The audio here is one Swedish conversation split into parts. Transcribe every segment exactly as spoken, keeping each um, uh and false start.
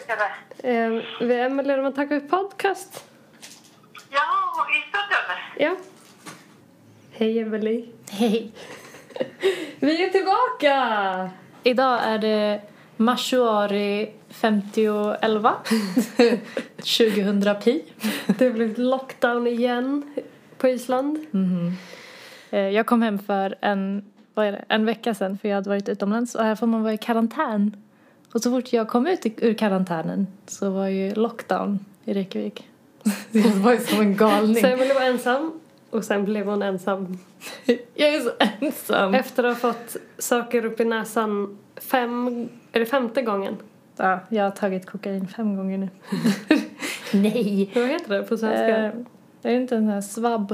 är det? Eh, vi är Emelie och man tackar för podcast. Ja, i studion. Ja. Hej Emelie. Hej. Vi är tillbaka! Idag är det Marsuari femtioelva tjugohundra pi. Det har blivit lockdown igen på Island. Mm-hmm. Jag kom hem för en, vad är det, en vecka sedan för jag hade varit utomlands. Och här får man vara i karantän. Och så fort jag kom ut ur karantänen så var ju lockdown i Reykjavik. Det var ju som en galning. Sen blev jag ensam. Och sen blev hon ensam. Jag är så ensam. Efter att ha fått saker upp i näsan fem, är det femte gången? Ja, jag har tagit kokain fem gånger nu. Nej. Vad heter det på svenska? Eh, det är inte en sån här svabb.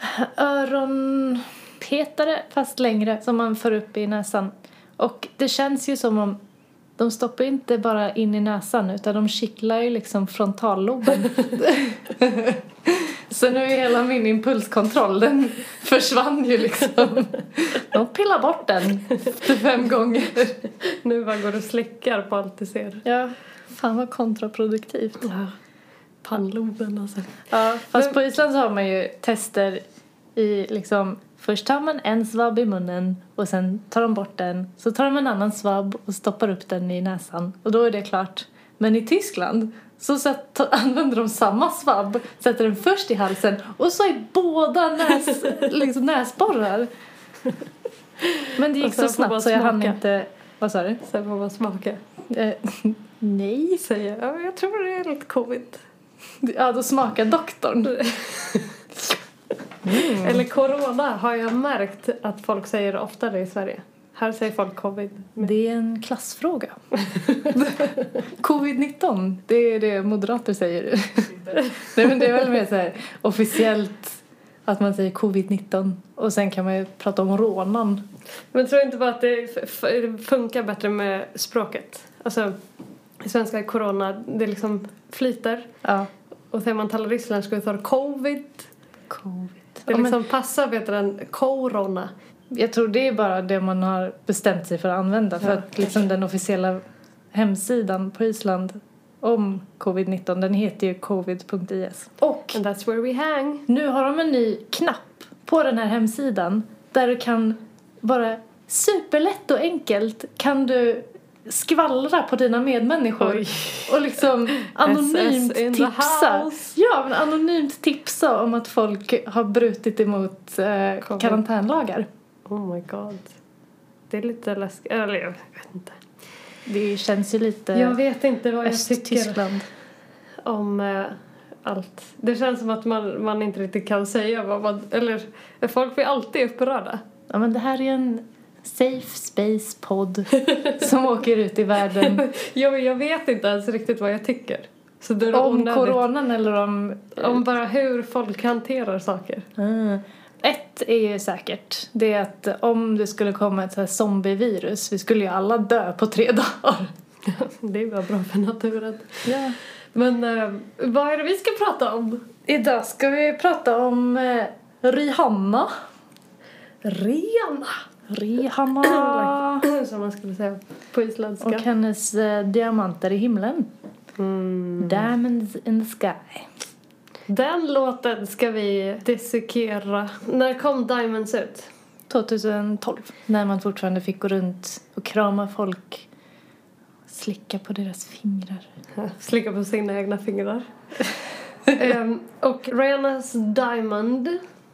Öronpetare fast längre som man får upp i näsan. Och det känns ju som om de stoppar inte bara in i näsan utan de kittlar ju liksom frontalloben. Så nu är hela min impulskontroll, den försvann ju liksom. De pillar bort den efter fem gånger. Nu bara går du och slickar på allt du ser. Ja, fan vad kontraproduktivt. Ja. Pannloben alltså. Ja, fast på Island så har man ju tester i liksom, först tar man en svabb i munnen och sen tar de bort den. Så tar de en annan svabb och stoppar upp den i näsan. Och då är det klart. Men i Tyskland så sätt, använder de samma svabb, sätter den först i halsen och så i båda näs, liksom näsborrar. Men det gick så snabbt så jag hann inte... Vad sa du? Sen får man smaka. Eh, nej. Säger jag. Jag tror det är lite covid. Ja, då smakar doktorn. Mm. Eller corona har jag märkt att folk säger oftare i Sverige. Här säger folk covid. Det är en klassfråga. covid nitton, det är det moderater säger. Nej, men det är väl mer så här officiellt att man säger covid nitton. Och sen kan man ju prata om rånan. Men tror inte bara att det f- funkar bättre med språket? Alltså, i svenska corona, det liksom flyter. Ja. Och sen man talar isländska så tar covid. Covid. Det Ja, liksom men passar bättre än corona. jag tror det är bara det man har bestämt sig för att använda. För Ja, att liksom den officiella hemsidan på Island om covid nitton, den heter ju covid punkt i s. Och And that's where we hang. nu har de en ny knapp på den här hemsidan där du kan bara superlätt och enkelt kan du skvallra på dina medmänniskor. Oj. Och liksom anonymt S S in the tipsa. house. Ja, men anonymt tipsa om att folk har brutit emot eh, karantänlagar. Oh my god. Det är lite läskigt. Eller jag vet inte. Det känns ju lite Jag vet inte vad jag tycker Östtyskland. om eh, allt. Det känns som att man, man inte riktigt kan säga vad man... Eller folk blir alltid upprörda. Ja, men det här är en safe space podd som åker ut i världen. jag, jag vet inte ens riktigt vad jag tycker. Så det är Om onödigt. coronan eller om... Om bara hur folk hanterar saker. Mm. Ett är ju säkert. Det är att om det skulle komma ett så här zombievirus, vi skulle ju alla dö på tre dagar. Det är bara bra för naturen. Ja. Men eh, vad är det vi ska prata om? Idag ska vi prata om eh, Rihanna. Rihanna. Rihanna. Som man skulle säga på isländska. Och hennes eh, diamanter i himlen. Mm. Diamonds in the sky. Den låten ska vi dissekera. När kom Diamonds ut? tjugohundratolv. När man fortfarande fick gå runt och krama folk. Slicka på deras fingrar. Slicka på sina egna fingrar. um, och Rihannas Diamonds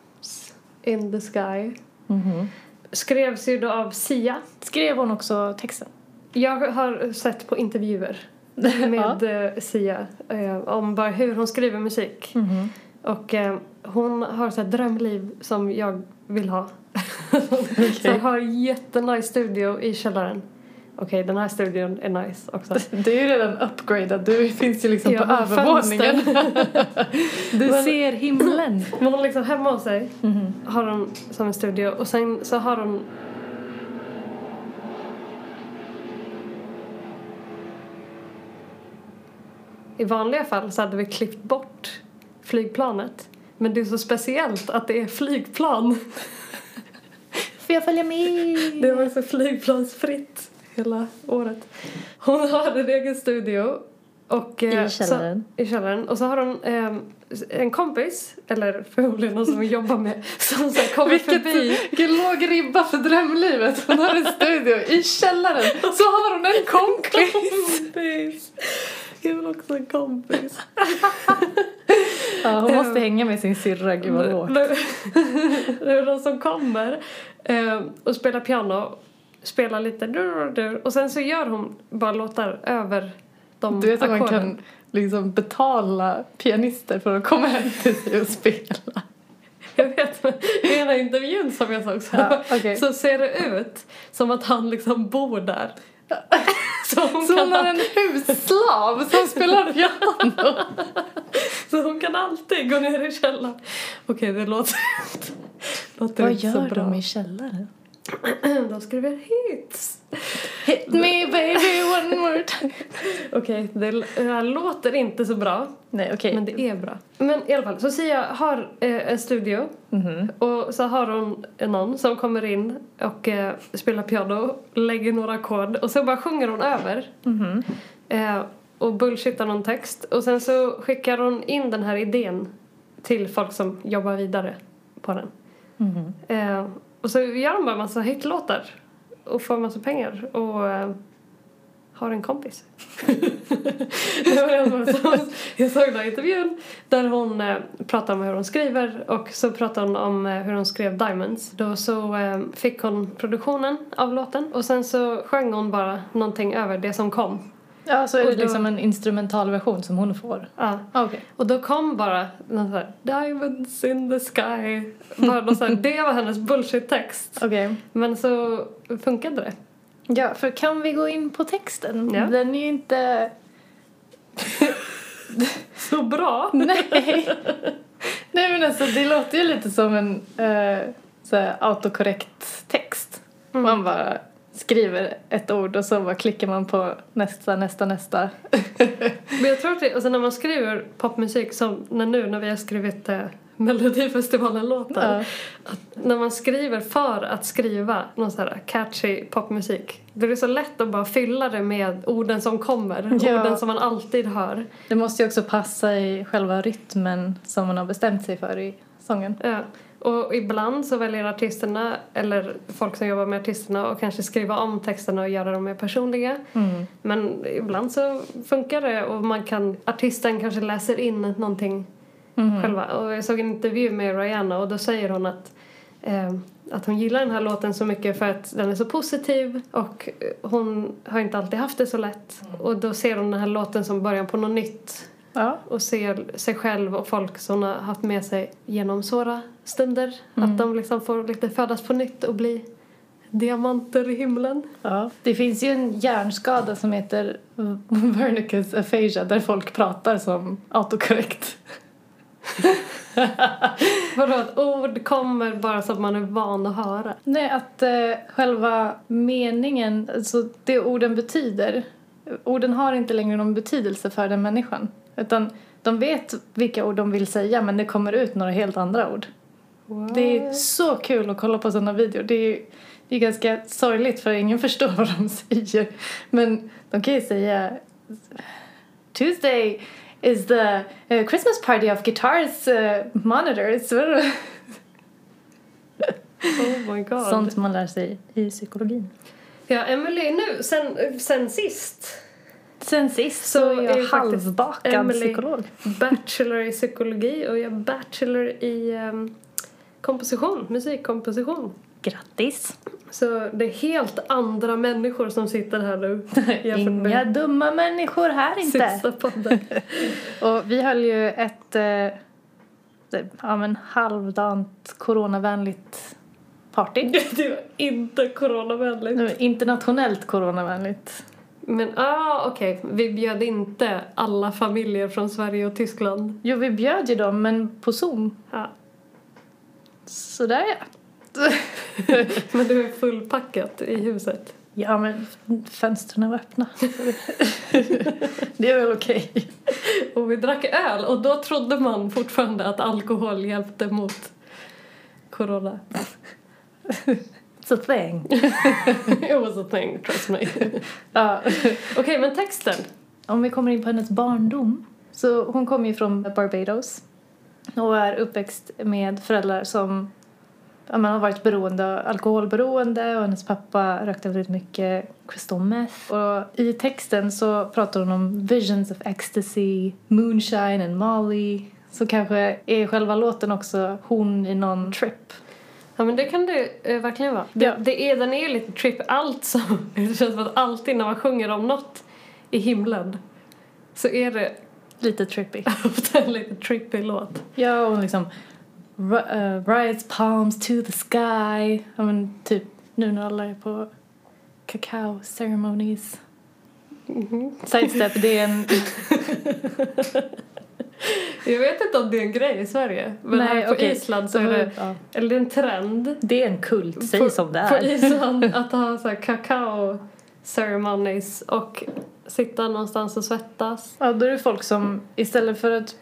in the sky Mm-hmm. skrevs ju då av Sia. Skrev hon också texten? Jag har sett på intervjuer med ja. Sia eh, om bara hur hon skriver musik. Mm-hmm. Och eh, hon har så här drömliv som jag vill ha. Okay. Så hon har en jättenice studio i källaren. Okej, okay, den här studion är nice också. Det är ju redan upgraded. Du finns ju liksom ja, på övervåningen. Du men, ser himlen. Men hon liksom hemma hos sig Mm-hmm. har hon som en studio. Och sen så har hon... I vanliga fall så hade vi klippt bort flygplanet. Men det är så speciellt att det är flygplan. Får jag följa med? Det var så flygplansfritt hela året. Hon har en egen studio Och, I källaren. Så, I källaren. Och så har hon eh, en kompis, eller förmodligen någon som hon jobbar med, som så här kommer Vilket, förbi. Vilken låg ribba för drömlivet. Hon har en studio i källaren. Så har hon en kompis. kompis. Jag vill också en kompis. Ja, hon måste hänga med sin syrra. Gud vad lågt. Det är de som kommer eh, och spelar piano. Spelar lite dur, dur, och sen så gör hon bara låtar över de Du vet att man ackorden. kan liksom betala pianister för att komma hem till sig och spela. Jag vet, men i ena intervjun som jag såg så, Ja, okay. så ser det ut som att han liksom bor där. Så hon, Så kan hon har en husslav som spelar piano. Så hon kan alltid gå ner i källaren. Okej, det låter, låter Vad inte så gör bra. de i källaren? De skriver hits. Hit me baby one more time. Okej, det, det här låter inte så bra. Nej, okej. Men det är bra. Men i alla fall, så Sia har eh, en studio. Mm-hmm. Och så har hon någon som kommer in och eh, spelar piano. Lägger några ackord. Och så bara sjunger hon över. Mm-hmm. Eh, och bullshittar någon text. Och sen så skickar hon in den här idén till folk som jobbar vidare på den. Mm-hmm. Eh, och så gör de bara en massa hitlåtar. Och får en massa pengar. Och eh, har en kompis. Det var en som, jag såg den här intervjun där hon eh, pratade om hur hon skriver. Och så pratade hon om eh, hur hon skrev Diamonds. Då så eh, fick hon produktionen av låten. Och sen så sjöng hon bara någonting över det som kom. Ja, så är Och det då- liksom en instrumentalversion som hon får. Ja. Okej. Okay. Och då kom bara någon så här, Diamonds in the sky. Bara någon så här, det var hennes bullshit-text. Okej. Men så funkade det. Ja, för kan vi gå in på texten? Ja. Den är ju inte... Så bra. Nej. Nej, men alltså det låter ju lite som en uh, så här autokorrekt text. Mm. Man bara skriver ett ord och så bara klickar man på nästa, nästa, nästa. Men jag tror att det, alltså när man skriver popmusik som när nu när vi har skrivit eh, Melodifestivalen-låtar. Ja. Att när man skriver för att skriva någon sån här catchy popmusik. Det är så lätt att bara fylla det med orden som kommer. Ja. Orden som man alltid hör. Det måste ju också passa i själva rytmen som man har bestämt sig för i sången. Ja. Och ibland så väljer artisterna eller folk som jobbar med artisterna och kanske skriva om texterna och göra dem mer personliga. Mm. Men ibland så funkar det och man kan, artisten kanske läser in någonting Mm. själva. Och jag såg en intervju med Rihanna och då säger hon att eh, att hon gillar den här låten så mycket för att den är så positiv och hon har inte alltid haft det så lätt. Och då ser hon den här låten som början på något nytt. Ja. Och ser sig själv och folk som hon har haft med sig genom svåra stunder. Mm. Att de liksom får lite födas på nytt och bli diamanter i himlen. Ja. Det finns ju en hjärnskada som heter Wernicke's aphasia där folk pratar som autokorrekt. Vadå, att ord kommer bara så att man är van att höra. Nej, att eh, själva meningen, alltså det orden betyder, orden har inte längre någon betydelse för den människan. Utan de vet vilka ord de vill säga men det kommer ut några helt andra ord. Wow. Det är så kul att kolla på sådana videor. Det är ju det är ganska sorgligt för ingen förstår vad de säger. Men de kan ju säga Tuesday is the uh, Christmas party of guitars uh, monitors. Oh my god. Sånt man lär sig i psykologin. Ja, Emily nu, sen, sen sist. Sen sist Så så är är ju jag faktiskt halvbakad Emily- psykolog. Bachelor i psykologi och jag är bachelor i um, komposition, musikkomposition. Grattis. Så det är helt andra människor som sitter här nu. jämfört Inga med dumma människor här inte. sista podden. Och vi höll ju ett eh, ja, men halvdant coronavänligt party. Det var inte coronavänligt. Nu, internationellt coronavänligt. Men ah, okej. Okay. Vi bjöd inte alla familjer från Sverige och Tyskland. Jo, vi bjöd ju dem, men på Zoom. Ja. Så där ja. Men du är fullpackat i huset. Ja, men fönstren var öppna. Det är väl okej. Och vi drack öl och då trodde man fortfarande att alkohol hjälpte mot corona. It's a thing. It was a thing, trust me. Ja. Okej, okay, men texten. om vi kommer in på hennes barndom. Så hon kommer ju från Barbados. Och är uppväxt med föräldrar som ja, man har varit beroende, alkoholberoende. Och hennes pappa rökte väldigt mycket crystal meth. Och i texten så pratar hon om visions of ecstasy, moonshine and Molly. Så kanske är själva låten också hon i någon trip. Ja, men det kan det eh, verkligen vara. Det, Ja. det är, den är lite trip. Allt som, det känns som att alltid när man sjunger om något i himlen så är det Lite trippy. ofta en lite trippy låt. Ja, och liksom uh, Rides palms to the sky. Ja, men typ nu när alla är på cacao ceremonies. Mm-hmm. Sidestep, det är en... Jag vet inte om det är en grej i Sverige. Men Nej, här på okej. Island så är det, Ja. eller det är en trend. Det är en kult, säg på, som det På är. Island att ha så här cacao ceremonies och sitta någonstans och svettas. Ja, då är det folk som istället för att...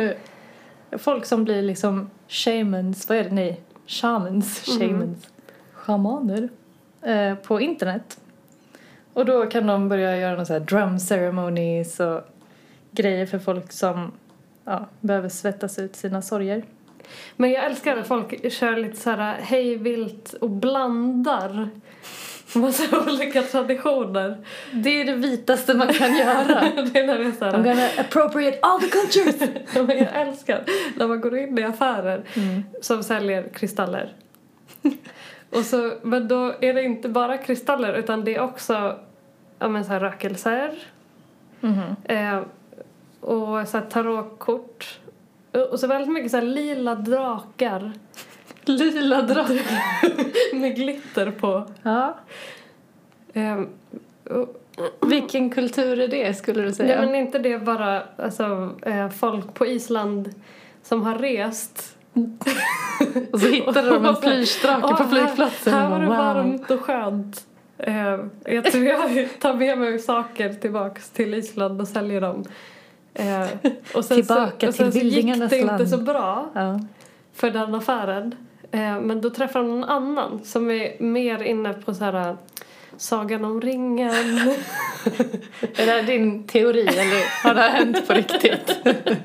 folk som blir liksom shamans, vad är det? Nej, shamans, Mhm. shamans, shamaner eh, på internet. Och då kan de börja göra någon så här drum ceremonies och grejer för folk som ja, behöver svettas ut sina sorger. Men jag älskar att folk kör lite så här hej vilt och blandar massa olika traditioner. Det är det vitaste man kan göra. Det är när det är så här, I'm gonna appropriate all the cultures. ja, men jag älskar när man går in i affärer Mm. som säljer kristaller. Och så, men då är det inte bara kristaller utan det är också ja, men så här rökelser Mhm. eh, och så här tarotkort och så väldigt mycket så här lila drakar. Lila drakar. Med glitter på. Ja. Eh, och, Vilken kultur är det, skulle du säga? ja, men inte det bara alltså, eh, folk på Island som har rest. Och så hittade de en flyrsdrake Ja, på flygplatsen. Här, här var det Wow. varmt och skönt. Eh, jag tror jag tar med mig saker tillbaks till Island och säljer dem. Eh, och sen Tillbaka så, och sen till så gick vildingarnas det inte land. så bra Ja. för den affären. Eh, men då träffar de någon annan som är mer inne på så här Sagan om ringen. Är det här din teori eller har det här hänt på riktigt?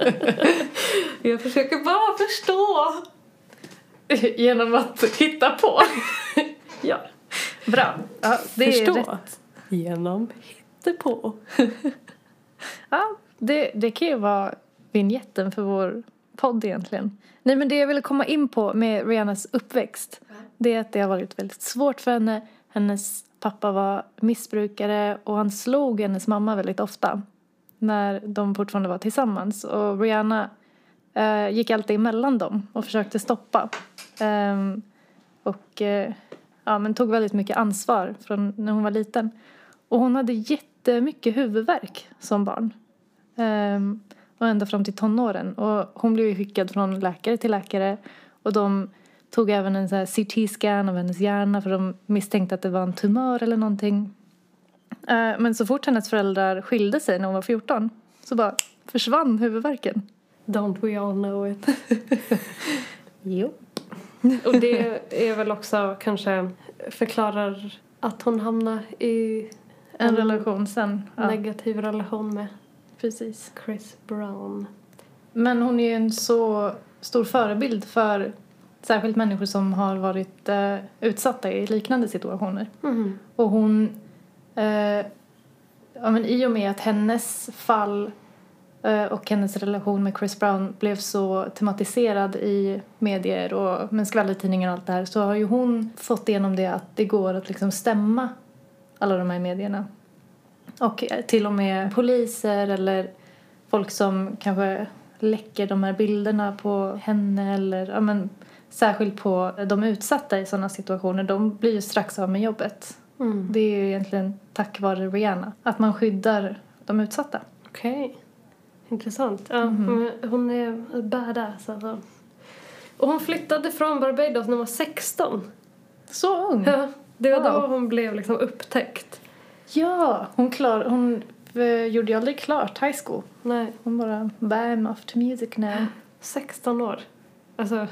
Jag försöker bara förstå. Genom att hitta på. Ja, Bra. Ja, det förstå. är rätt. Genom hittepå. Ja, det, det kan ju vara vignetten för vår podd egentligen. Nej, men det jag ville komma in på med Rihannas uppväxt, det är att det har varit väldigt svårt för henne. Hennes pappa var missbrukare och han slog hennes mamma väldigt ofta när de fortfarande var tillsammans. Och Rihanna eh, gick alltid emellan dem och försökte stoppa. Ehm, och eh, ja, men tog väldigt mycket ansvar från när hon var liten. Och hon hade jättemycket huvudvärk som barn. Ehm, och ända fram till tonåren. Och hon blev ju skickad från läkare till läkare. Och de tog även en så här C T-scan av hennes hjärna. För de misstänkte att det var en tumör eller någonting. Ehm, men så fort hennes föräldrar skilde sig när hon var fjorton. Så bara försvann huvudvärken. Don't we all know it. Jo. Och det är väl också kanske förklarar att hon hamnar i En relation sen. Ja, negativ relation med precis. Chris Brown. Men hon är ju en så stor förebild för särskilt människor som har varit eh, utsatta i liknande situationer. Mm. Och hon, eh, ja, men i och med att hennes fall eh, och hennes relation med Chris Brown blev så tematiserad i medier och med skvallertidningar och allt det här, så har ju hon fått igenom det att det går att liksom stämma alla de här medierna. Och eh, till och med poliser eller folk som kanske läcker de här bilderna på henne eller ja, men, särskilt på de utsatta i sådana situationer, de blir ju strax av med jobbet. Mm. Det är ju egentligen tack vare Rihanna. Att man skyddar de utsatta. Okej. Okay. Intressant. Ja, Mhm. hon, hon är badass alltså. Och hon flyttade från Barbados när hon var sexton. Så ung. Ja, det var Wow. då hon blev liksom upptäckt. Ja, hon, klar, hon eh, gjorde ju aldrig klart high school. Nej, Hon bara, bam, off to music now. sexton år. Alltså,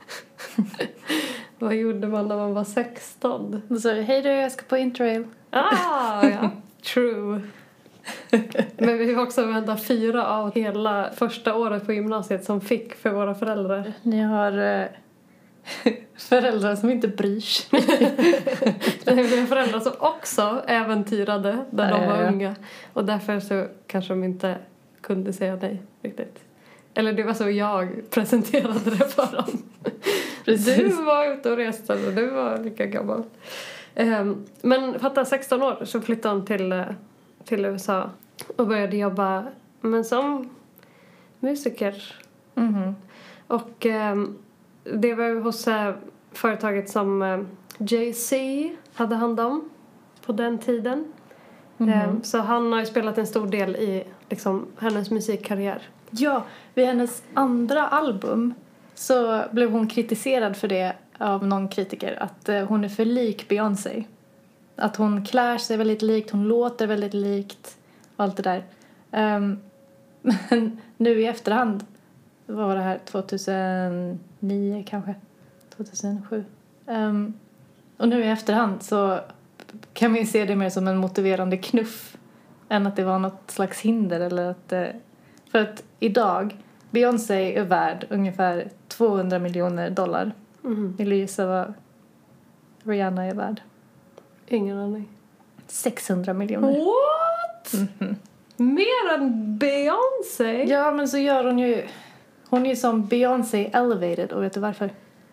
vad gjorde man när man var sexton? Då sa du, hej då, jag ska på interrail. Ah, ja. True. Men vi var också vända fyra av hela första året på gymnasiet som fick för våra föräldrar. Ni har eh, föräldrar som inte bryr sig. Nej, vi har föräldrar som också äventyrade när Ja, de var ja, ja. unga. Och därför så kanske de inte kunde säga nej riktigt. Eller det var så jag presenterade det för dem. Precis. Du var ute och reste och du var lika gammal. Um, men fatta, sexton år så flyttade hon till, uh, till U S A och började jobba men som musiker. Mhm. Och um, det var hos uh, företaget som uh, Jay-Z hade hand om på den tiden. Mhm. Um, så han har ju spelat en stor del i liksom, hennes musikkarriär. Ja, vid hennes andra album så blev hon kritiserad för det av någon kritiker. Att eh, hon är för lik Beyoncé. Att hon klär sig väldigt likt, hon låter väldigt likt och allt det där. Ehm, men nu i efterhand, vad var det här, tjugohundranio kanske, tjugohundrasju. Ehm, och nu i efterhand så kan man ju se det mer som en motiverande knuff än att det var något slags hinder eller att... Eh, för att idag, Beyoncé är värd ungefär tvåhundra miljoner dollar. Mm. Vill du gissa vad Rihanna är värd? Ingen aning. sexhundra miljoner. What? Mhm. Mer än Beyoncé? Ja, men så gör hon ju... Hon är ju som Beyoncé elevated, och vet du varför?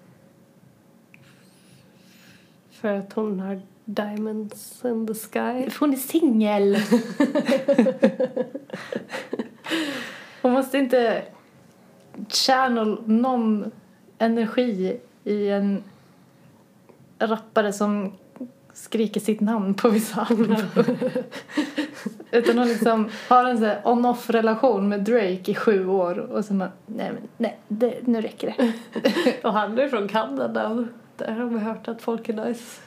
För att hon har diamonds in the sky. För hon är singel. Hon måste inte channel någon energi i en rappare som skriker sitt namn på vissa album. Utan hon liksom har en sån här on-off relation med Drake i sju år och så man, nej men nej, det, nu räcker det. Och han är från Kanada. Där har vi hört att folk är nice.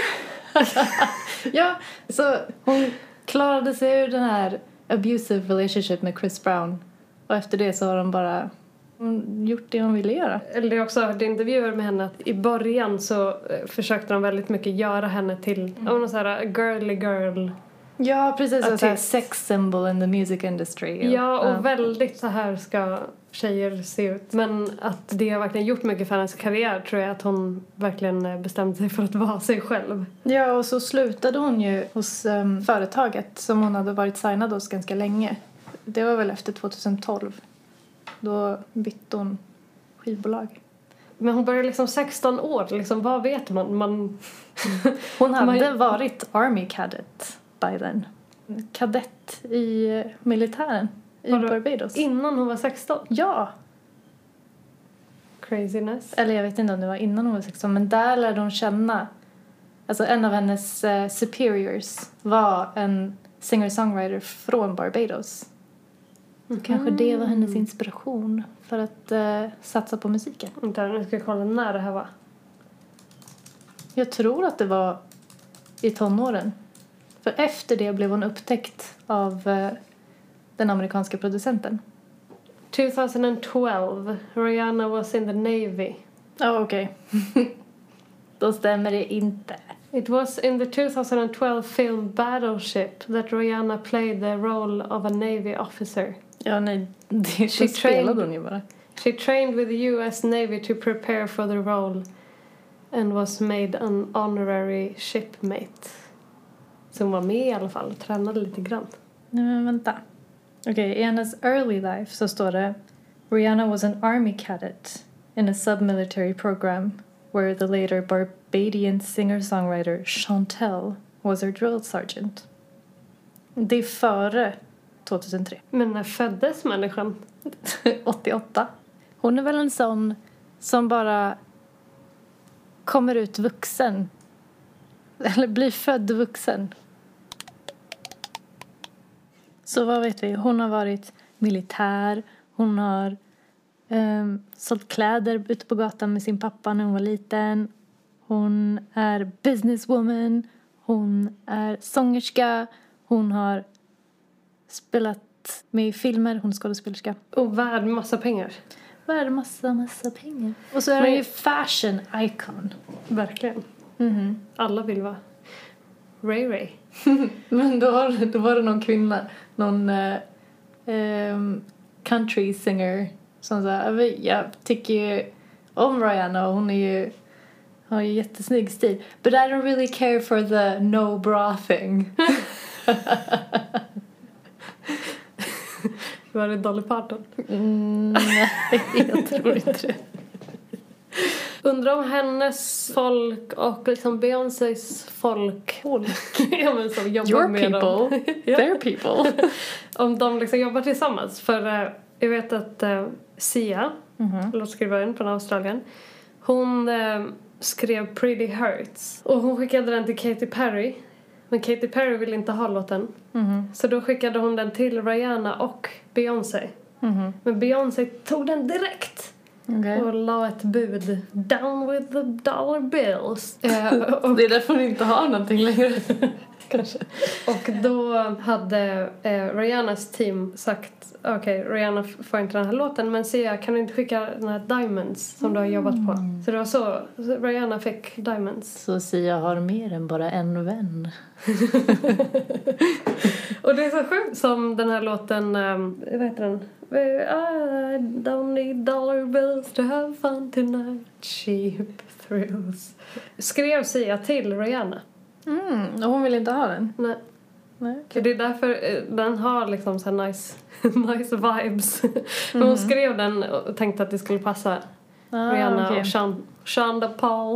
Ja, så hon klarade sig ur den här abusive relationship med Chris Brown. Och efter det så har de bara hon gjort det hon ville göra. Eller det är också hört intervjuer med henne att i början så eh, försökte de väldigt mycket göra henne till mm. någon så här girly girl. Ja, precis. Artist. Så här sex symbol in the music industry. Ja, och Ja. väldigt så här ska tjejer se ut. Men att det har verkligen gjort mycket för hennes karriär tror jag att hon verkligen bestämde sig för att vara sig själv. Ja, och så slutade hon ju hos um, företaget som hon hade varit signad hos ganska länge. Det var väl efter tjugotolv. Då bytte hon skivbolag. Men hon började liksom sexton år. Liksom, vad vet man? man Hon hade man... varit Army Cadet by then. Kadett i militären i Vadå? Barbados. Innan hon var sexton? Ja! Craziness. Eller jag vet inte om det var innan hon var sexton. Men där lärde hon känna... Alltså en av hennes uh, superiors var en singer-songwriter från Barbados. Mm. Kanske det var hennes inspiration för att uh, satsa på musiken. Vänta, nu ska jag kolla när det här var. Jag tror att det var i tonåren. För efter det blev hon upptäckt av uh, den amerikanska producenten. tjugohundratolv. Rihanna was in the Navy. Ja, oh, okej. Okay. Då stämmer det inte. It was in the tjugohundratolv film Battleship that Rihanna played the role of a Navy officer. Ja, nej. Det She så spelade trained- hon ju bara. She trained with the U S Navy to prepare for the role and was made an honorary shipmate. Så hon var med i alla fall och tränade lite grann. Nej, men vänta. Okej, okay, i hennes early life så står det Rihanna was an army cadet in a submilitary program where the later Barbadian singer-songwriter Chantel was her drill sergeant. Det är före tjugohundratre. Men när föddes människan? åttioåtta. Hon är väl en sån som bara kommer ut vuxen. Eller blir född vuxen. Så vad vet vi? Hon har varit militär. Hon har um, sålt kläder ute på gatan med sin pappa när hon var liten. Hon är businesswoman. Hon är sångerska. Hon har spelat med i filmer. Hon är skådespelerska. Och värd massa pengar. Värd massa, massa pengar. Och så är hon ju fashion icon. Verkligen. Mhm. Alla vill vara. Ray Ray. Men då, har, då var det någon kvinna, någon eh, ehm, country singer som sa, jag tycker ju om Rihanna och hon är ju, har ju jättesnygg stil. But I don't really care for the no bra thing. Var det Dolly Parton? Mm, nej, jag tror inte det. Undrar om hennes folk och liksom Beyoncés folk, folk. ja, men som jobbar Your med people, dem. ja. their people. Om de liksom jobbar tillsammans. För uh, jag vet att uh, Sia, Mm-hmm. låtskrivaren från Australien, hon uh, skrev Pretty Hurts. Och hon skickade den till Katy Perry. Men Katy Perry ville inte ha låten. Mm-hmm. Så då skickade hon den till Rihanna och Beyoncé. Mm-hmm. Men Beyoncé tog den direkt. Okay. Och la ett bud. Down with the dollar bills. Eh, och, Det är därför hon inte har någonting längre. kanske. Och då hade eh, Rihannas team sagt okej, okay, Rihanna får inte den här låten, men Sia, kan du inte skicka den här Diamonds som du har jobbat på? Så det var så, så Rihanna fick Diamonds. Så Sia har mer än bara en vän. Och det är så sjukt som den här låten, um, vad heter den? I don't need dollar bills to have fun tonight. Cheap thrills. Skrev Sia till Rihanna. Mm, och hon vill inte ha den. Nej. Nej. För det är därför eh, den har liksom så här nice, nice vibes. Men hon skrev den och tänkte att det skulle passa Ah, Rihanna okay. och Sean, Shonda Paul.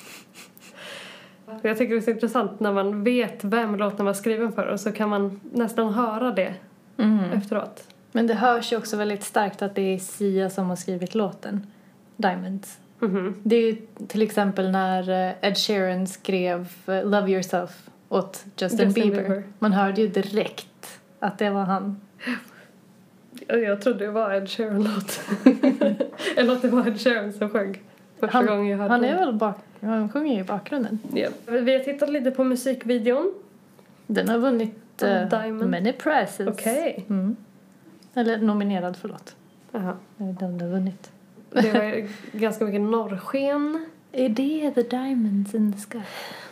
Jag tycker det är så intressant när man vet vem låten var skriven för och så kan man nästan höra det Mm. efteråt. Men det hörs ju också väldigt starkt att det är Sia som har skrivit låten Diamonds. Mhm. Det är ju till exempel när eh, Ed Sheeran skrev eh, Love Yourself åt Justin, Justin Bieber. Bieber. Man hörde ju direkt att det var han. Jag, jag trodde det var Ed Sheeran-låt. Eller att det var Ed Sheeran som sjöng första Han, gången jag hörde han är den. väl bak... Han sjunger ju i bakgrunden. Ja. Vi har tittat lite på musikvideon. Den har vunnit eh, Diamond. many prizes. Okej. Mm. Eller nominerad, förlåt. Jaha. Den den har vunnit. Det var ju ganska mycket norrsken. Är det the diamonds in the sky?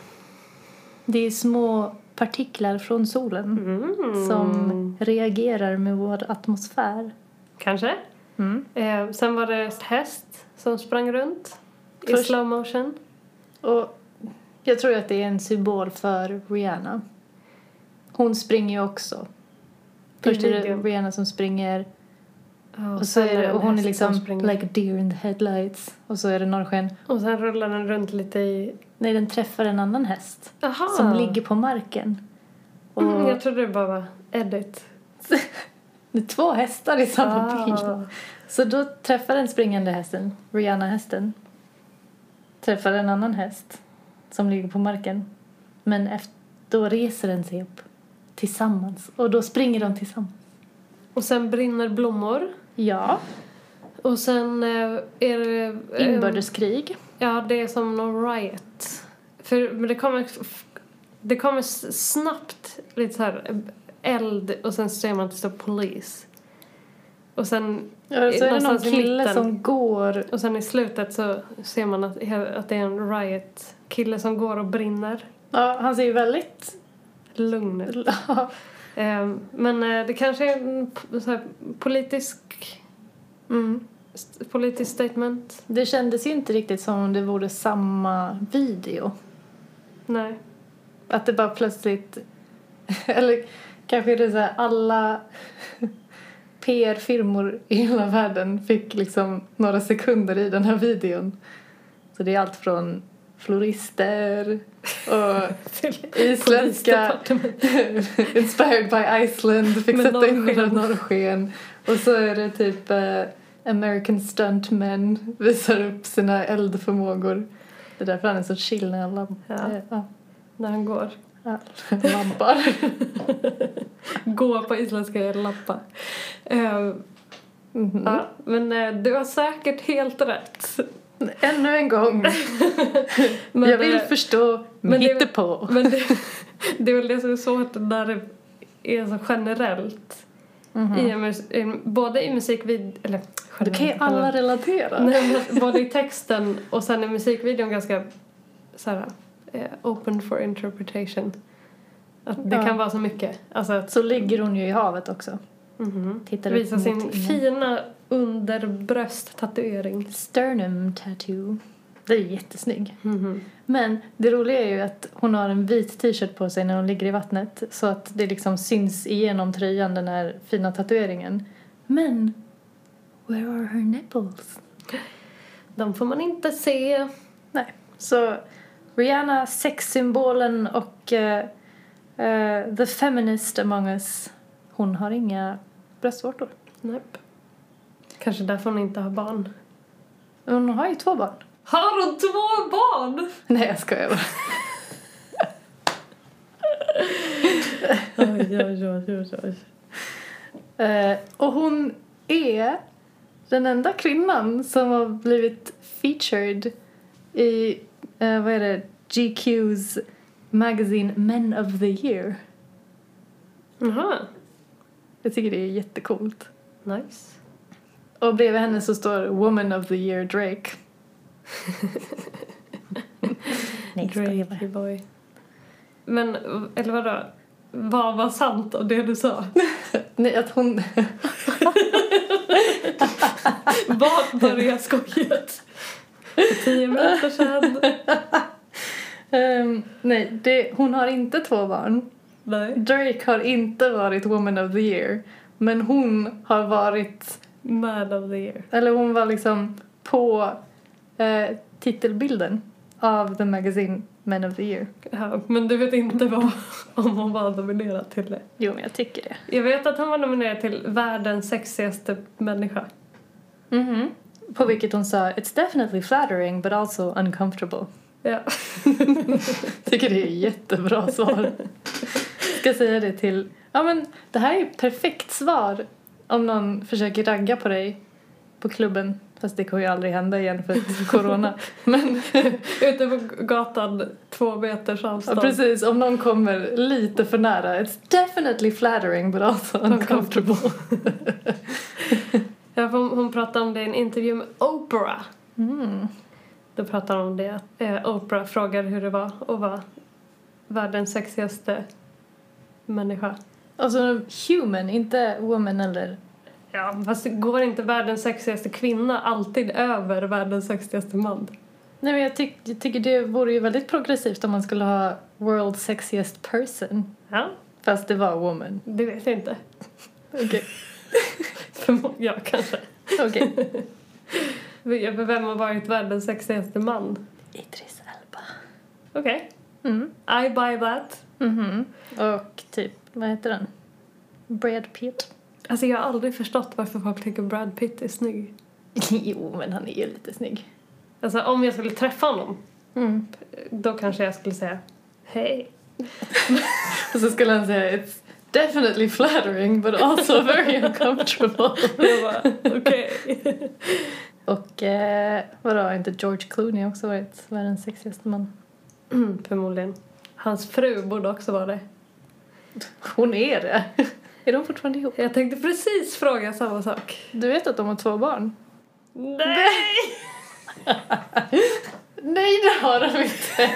Det är små partiklar från solen Mm. som reagerar med vår atmosfär. Kanske. Mm. Eh, sen var det häst som sprang runt i Först- slow motion. Och jag tror att det är en symbol för Rihanna. Hon springer ju också. Först är det videon. Rihanna som springer. Ja, Och, så är det, en och hon är häst liksom som springer. like a deer in the headlights. Och så är det norrsken. Och sen rullar den runt lite i... Nej, den träffar en annan häst. Aha. Som ligger på marken. Och Mm, jag trodde det bara var edit. det är två hästar i samma Ah. bild. Så då träffar den springande hästen, Rihanna-hästen. Träffar en annan häst som ligger på marken. Men efter, då reser den sig upp tillsammans. Och då springer de tillsammans. Och sen brinner blommor. Ja, Och sen eh, är det... eh, inbördeskrig. Ja, det är som någon riot. För men det kommer... Det kommer s- snabbt lite så här eld och sen ser man att det står polis. Och sen... Ja, så är det någon någonstans i kille mitten. som går. Och sen i slutet så ser man att, att det är en riot. Kille som går och brinner. Ja, han ser ju väldigt... Lugn ut. Ehm, men eh, det kanske är en p- så här, politisk, Mm. st- politisk statement. Det kändes ju inte riktigt som om det vore samma video. Nej. Att det bara plötsligt... Eller kanske är det så här, alla P R-firmor i hela världen fick liksom några sekunder i den här videon. Så det är allt från florister och isländska Inspired by Iceland fick Med sätta in några norrsken. norrsken. Och så är det typ eh, American stuntmen visar upp sina eldförmågor. Det är därför han är så chill när alla Ja. eh, ja, När han går. ja, lampar. Går på isländska lappa. Ehm, Mhm. ja, men eh, du har säkert helt rätt. Ännu en gång. Men, jag vill eh, förstå men det- hittepå. Men det, det är väl det som är svårt när det är så generellt. Mhm. I, en mus- i, både i musikvid... Eller Då kan ju generellt, alla relatera. Nej, men både i texten och sen i musikvideon ganska så här, eh, open for interpretation. Att det Ja. kan vara så mycket. Alltså att Så ligger hon ju i havet också. mhm. Tittar upp visa mot sin himlen. fina underbröst-tatuering. Sternum tattoo. Det är jättesnygg. Mhm. Men det roliga är ju att hon har en vit t-shirt på sig när hon ligger i vattnet. Så att det liksom syns igenom tröjan, den här fina tatueringen. Men, where are her nipples? De får man inte se. Nej. Så Rihanna, sexsymbolen och uh, uh, the feminist among us. Hon har inga bröstvårtor. Nej. Kanske därför hon inte har barn. Hon har ju två barn. Har hon två barn? Nej, jag skojar bara. Oj, oj, oj, oj, oj. Uh, och hon är den enda kvinnan som har blivit featured i, uh, vad är det, G Q's magazine Men of the Year. Jaha, Jag tycker det är jättecoolt. nice. Och bredvid henne så står Woman of the Year Drake. Nej, skojar bara. Drake boy. Men, eller vadå? Vad var sant av det du sa? Nej, att hon... Vart började skojet? För tio minuter sedan. um, nej, det, hon har inte två barn. Nej. Drake har inte varit Woman of the Year. Men hon har varit... Man of the year. Eller hon var liksom på eh, titelbilden av The Magazine Men of the Year. Ja, men du vet inte vad, om hon var nominerad till det. Jo, men jag tycker det. Jag vet att hon var nominerad till världens sexigaste människa. Mhm. På vilket hon sa, it's definitely flattering but also uncomfortable. Ja. Tycker det är jättebra svar. Ska säga det till... Ja, men det här är ett perfekt svar om någon försöker ragga på dig på klubben. Fast det kommer ju aldrig hända igen för corona. Men Ute på gatan, två meters ja, avstånd. precis, om någon kommer lite för nära. It's definitely flattering but also uncomfortable. Ja, hon, hon pratade om det i en intervju med Oprah. Mm. Då pratade hon om det. Eh, Oprah frågade hur det var att vara världens sexigaste människa. Alltså human, inte woman eller... Ja, fast det går inte världens sexigaste kvinna alltid över världens sexigaste man. Nej, men jag, tyck, jag tycker det vore ju väldigt progressivt om man skulle ha world sexiest person. Ja, Fast det var woman. det vet jag inte. Okej. För ja, kanske. Okej. För vem har varit världens sexigaste man? Idris Elba. Okej. Mm. I buy that. Mhm. Och typ, vad heter den? Brad Pitt. Alltså jag har aldrig förstått varför folk tycker Brad Pitt är snygg. Jo, men han är ju lite snygg. Alltså om jag skulle träffa honom, Mm. då kanske jag skulle säga hej. Och så skulle han säga, it's definitely flattering but also very uncomfortable. Jag bara, okej. Och eh, vadå, har inte George Clooney också varit världens sexigaste man? Mm, förmodligen. Hans fru borde också vara det. Hon är det. Är de fortfarande ihop? Jag tänkte precis fråga samma sak. Du vet att de har två barn? Nej! Nej, det har de inte.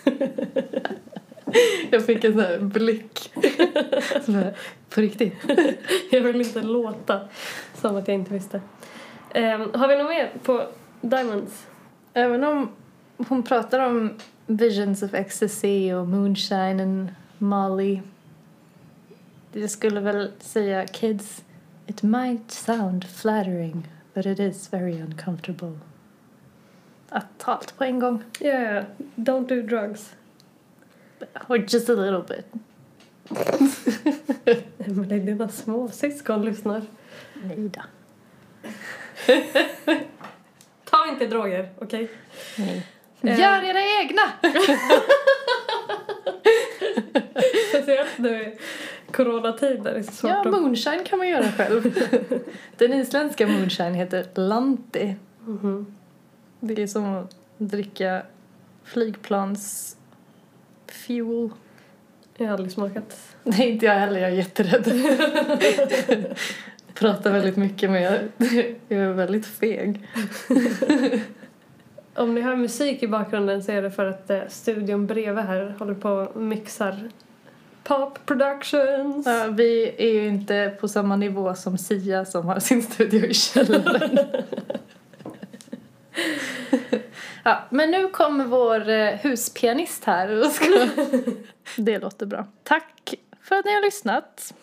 Jag fick en sån här blick. Så här, på riktigt. Jag vill inte låta som att jag inte visste. Um, har vi något mer på Diamonds? Även om hon pratar om visions of ecstasy och moonshine and Molly. Jag skulle väl säga, kids, it might sound flattering but it is very uncomfortable. Att ta allt på en gång. Yeah, don't do drugs. Or just a little bit. Men det är dina små syskon lyssnar. Nej då. Ta inte droger, okej? Nej. Eh. Gör era egna! Speciellt nu i coronatider. Det är så svårt Ja, att... moonshine kan man göra själv. Den isländska moonshine heter Lanti. Mhm. Det är som att dricka flygplans fuel. Jag har aldrig smakat. Nej, inte jag heller. Jag är jätterädd. Pratar väldigt mycket men jag, jag är väldigt feg. Om ni hör musik i bakgrunden så är det för att eh, studion bredvid här håller på och mixar Pop Productions. Ja, vi är ju inte på samma nivå som Sia som har sin studio i källaren. Ja, men nu kommer vår eh, huspianist här och ska... Det låter bra. Tack för att ni har lyssnat.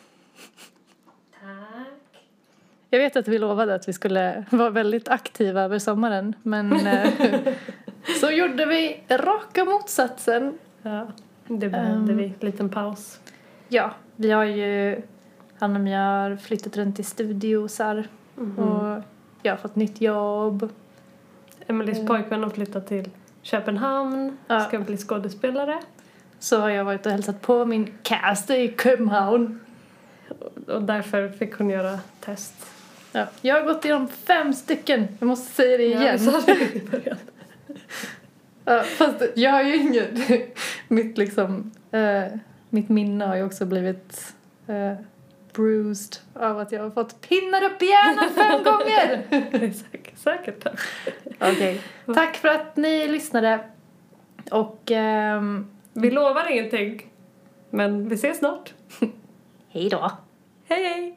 Tack. Jag vet att vi lovade att vi skulle vara väldigt aktiva över sommaren. Men eh, så gjorde vi raka motsatsen. Ja, det behövde Um, vi. Liten paus. Ja, vi har ju... Han och jag har flyttat runt i studiosar. Mm. Och jag har fått nytt jobb. Emelies Mm. pojkvän har flyttat till Köpenhamn. Ja. Ska bli skådespelare. Så har jag varit och hälsat på min cast i Köpenhamn. Och därför fick hon göra test. Ja, jag har gått igenom fem stycken. Jag måste säga det igen. Ja, vi sa det i början. Ja, fast jag har ju inget... Mitt liksom... Eh, mitt minne har ju också blivit... Eh, bruised av att jag har fått pinnar upp i hjärnan fem gånger. Det är säkert, säkert. Okej. Okay. Tack för att ni lyssnade. Och... ehm, Vi lovar ingenting. Men vi ses snart. hej då. Hej, hej!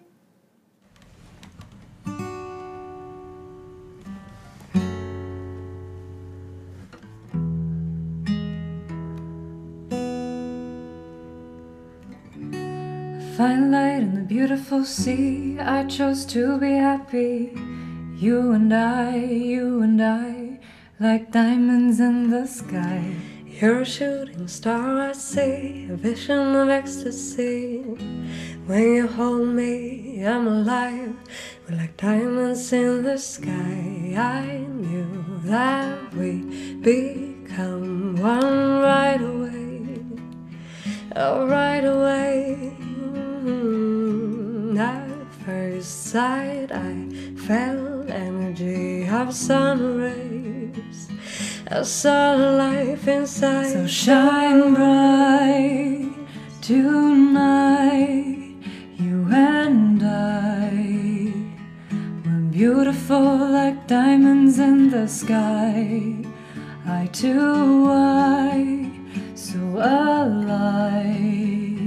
Find light in the beautiful sea. I chose to be happy. You and I, you and I, like diamonds in the sky. You're a shooting star, I see, a vision of ecstasy. When you hold me, I'm alive. We're like diamonds in the sky. I knew that we'd become one right away. Oh, right away. Mm, at first sight, I felt energy of sun rays. I saw the life inside. So shine bright tonight, you and I. We're beautiful like diamonds in the sky. I too, I, so alive.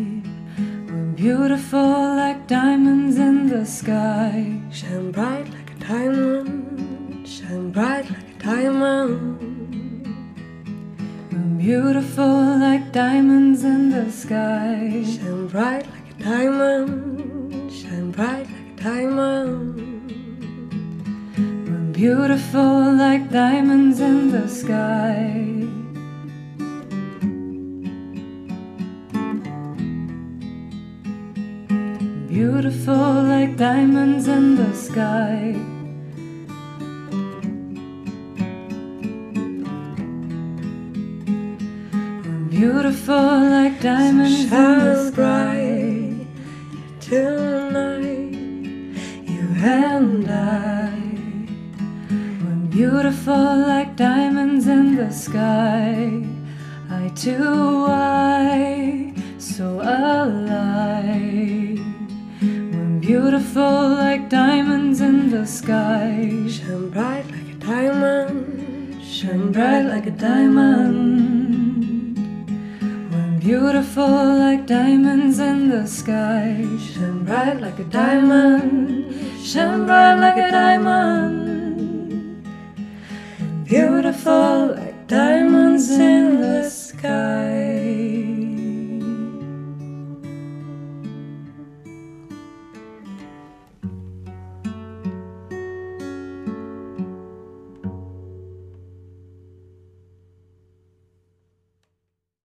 Beautiful like diamonds in the sky. Shine bright like a diamond. Shine bright like a diamond. We're beautiful like diamonds in the sky. Shine bright like a diamond. Shine bright like a diamond. We're beautiful like diamonds in the sky. Beautiful like diamonds in the sky. We're beautiful like diamonds in the sky. Tonight, you and I. We're beautiful like diamonds in the sky. I too, I, so alive. Beautiful like diamonds in the sky. Shine bright like a diamond. Shine bright like a diamond. We're beautiful like diamonds in the sky. Shine bright like a diamond. Shine bright like a diamond. Beautiful like diamonds in the sky.